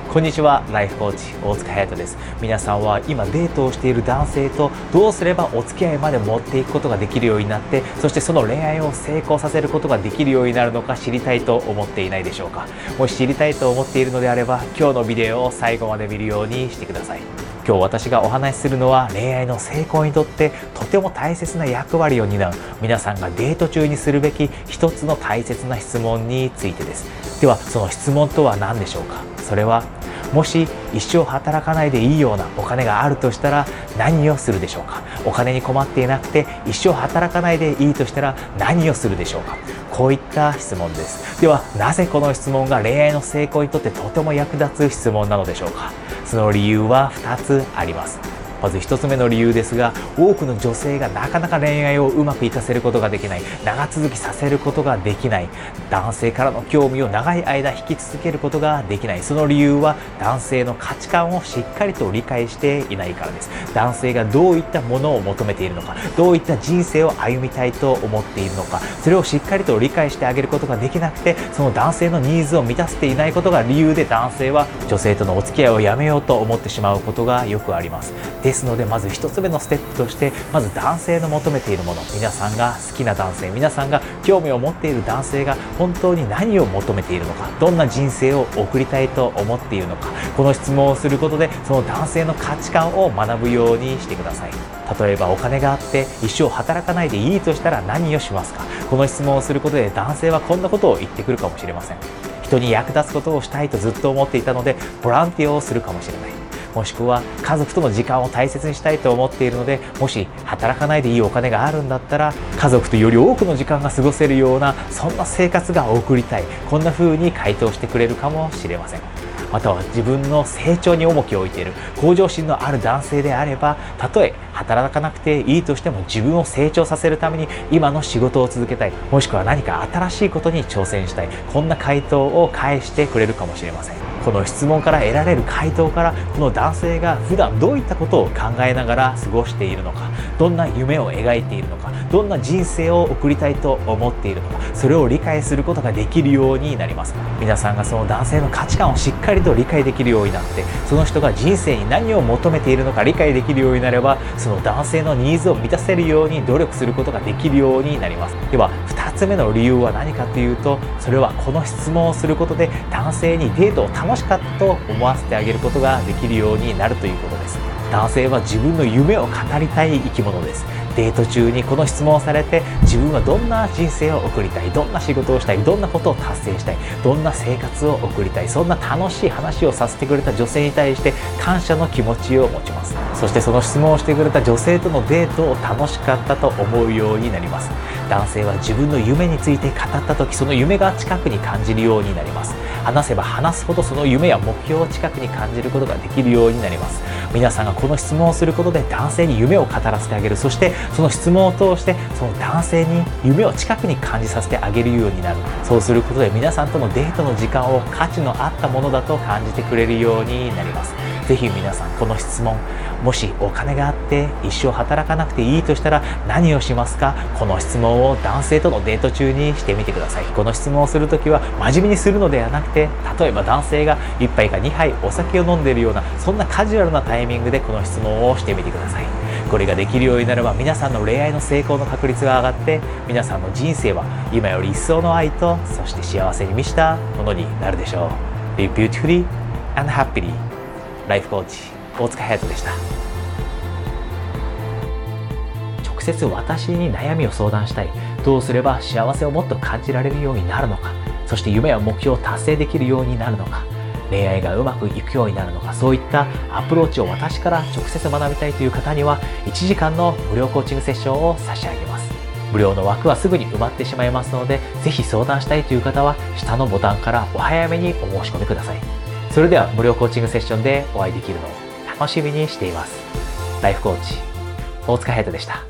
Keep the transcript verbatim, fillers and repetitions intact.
こんにちは、ライフコーチ大塚隼人です。皆さんは今デートをしている男性とどうすればお付き合いまで持っていくことができるようになって、そしてその恋愛を成功させることができるようになるのか知りたいと思っていないでしょうか。もし知りたいと思っているのであれば、今日のビデオを最後まで見るようにしてください。今日私がお話しするのは、恋愛の成功にとってとても大切な役割を担う皆さんがデート中にするべき一つの大切な質問についてです。ではその質問とは何でしょうか。それは、もし一生働かないでいいようなお金があるとしたら何をするでしょうか。お金に困っていなくて一生働かないでいいとしたら何をするでしょうか。こういった質問です。ではなぜこの質問が恋愛の成功にとってとても役立つ質問なのでしょうか。その理由はふたつあります。まずひとつめの理由ですが、多くの女性がなかなか恋愛をうまくいかせることができない、長続きさせることができない、男性からの興味を長い間引き続けることができない。その理由は男性の価値観をしっかりと理解していないからです。男性がどういったものを求めているのか、どういった人生を歩みたいと思っているのか、それをしっかりと理解してあげることができなくて、その男性のニーズを満たせていないことが理由で、男性は女性とのお付き合いをやめようと思ってしまうことがよくあります。ですのでまずひとつめのステップとして、まず男性の求めているもの、皆さんが好きな男性、皆さんが興味を持っている男性が本当に何を求めているのか、どんな人生を送りたいと思っているのか、この質問をすることでその男性の価値観を学ぶようにしてください。例えばお金があって一生働かないでいいとしたら何をしますか。この質問をすることで男性はこんなことを言ってくるかもしれません。人に役立つことをしたいとずっと思っていたのでボランティアをするかもしれない。もしくは家族との時間を大切にしたいと思っているので、もし働かないでいいお金があるんだったら家族とより多くの時間が過ごせるような、そんな生活が送りたい、こんな風に回答してくれるかもしれません。または自分の成長に重きを置いている向上心のある男性であれば、たとえ働かなくていいとしても自分を成長させるために今の仕事を続けたい、もしくは何か新しいことに挑戦したい、こんな回答を返してくれるかもしれません。この質問から得られる回答から、この男性が普段どういったことを考えながら過ごしているのか、どんな夢を描いているのか、どんな人生を送りたいと思っているのか、それを理解することができるようになります。皆さんがその男性の価値観をしっかりと理解できるようになって、その人が人生に何を求めているのか理解できるようになれば、その男性のニーズを満たせるように努力することができるようになります。ではふたつめの理由は何かというと、それはこの質問をすることで男性にデートを楽しかったと思わせてあげることができるようになるということです。男性は自分の夢を語りたい生き物です。デート中にこの質問をされて、自分はどんな人生を送りたい、どんな仕事をしたい、どんなことを達成したい、どんな生活を送りたい、そんな楽しい話をさせてくれた女性に対して感謝の気持ちを持ちます。そしてその質問をしてくれた女性とのデートを楽しかったと思うようになります。男性は自分の夢について語った時、その夢が近くに感じるようになります。話せば話すほどその夢や目標を近くに感じることができるようになります。皆さんがこの質問をすることで男性に夢を語らせてあげる、そしてその質問を通してその男性に夢を近くに感じさせてあげるようになる。そうすることで皆さんとのデートの時間を価値のあったものだと感じてくれるようになります。ぜひ皆さんこの質問、もしお金があって一生働かなくていいとしたら何をしますか。この質問を男性とのデート中にしてみてください。この質問をするときは真面目にするのではなくて、例えば男性がいっぱいかにはいお酒を飲んでいるような、そんなカジュアルなタイミングでこの質問をしてみてください。これができるようになれば皆さんの恋愛の成功の確率が上がって、皆さんの人生は今より一層の愛と、そして幸せに満ちたものになるでしょう。Live beautifully and happily。ライフコーチ大塚隼人でした。直接私に悩みを相談したい、どうすれば幸せをもっと感じられるようになるのか、そして夢や目標を達成できるようになるのか、恋愛がうまくいくようになるのか、そういったアプローチを私から直接学びたいという方にはいちじかんの無料コーチングセッションを差し上げます。無料の枠はすぐに埋まってしまいますので、ぜひ相談したいという方は下のボタンからお早めにお申し込みください。それでは無料コーチングセッションでお会いできるのを楽しみにしています。ライフコーチ大塚隼人でした。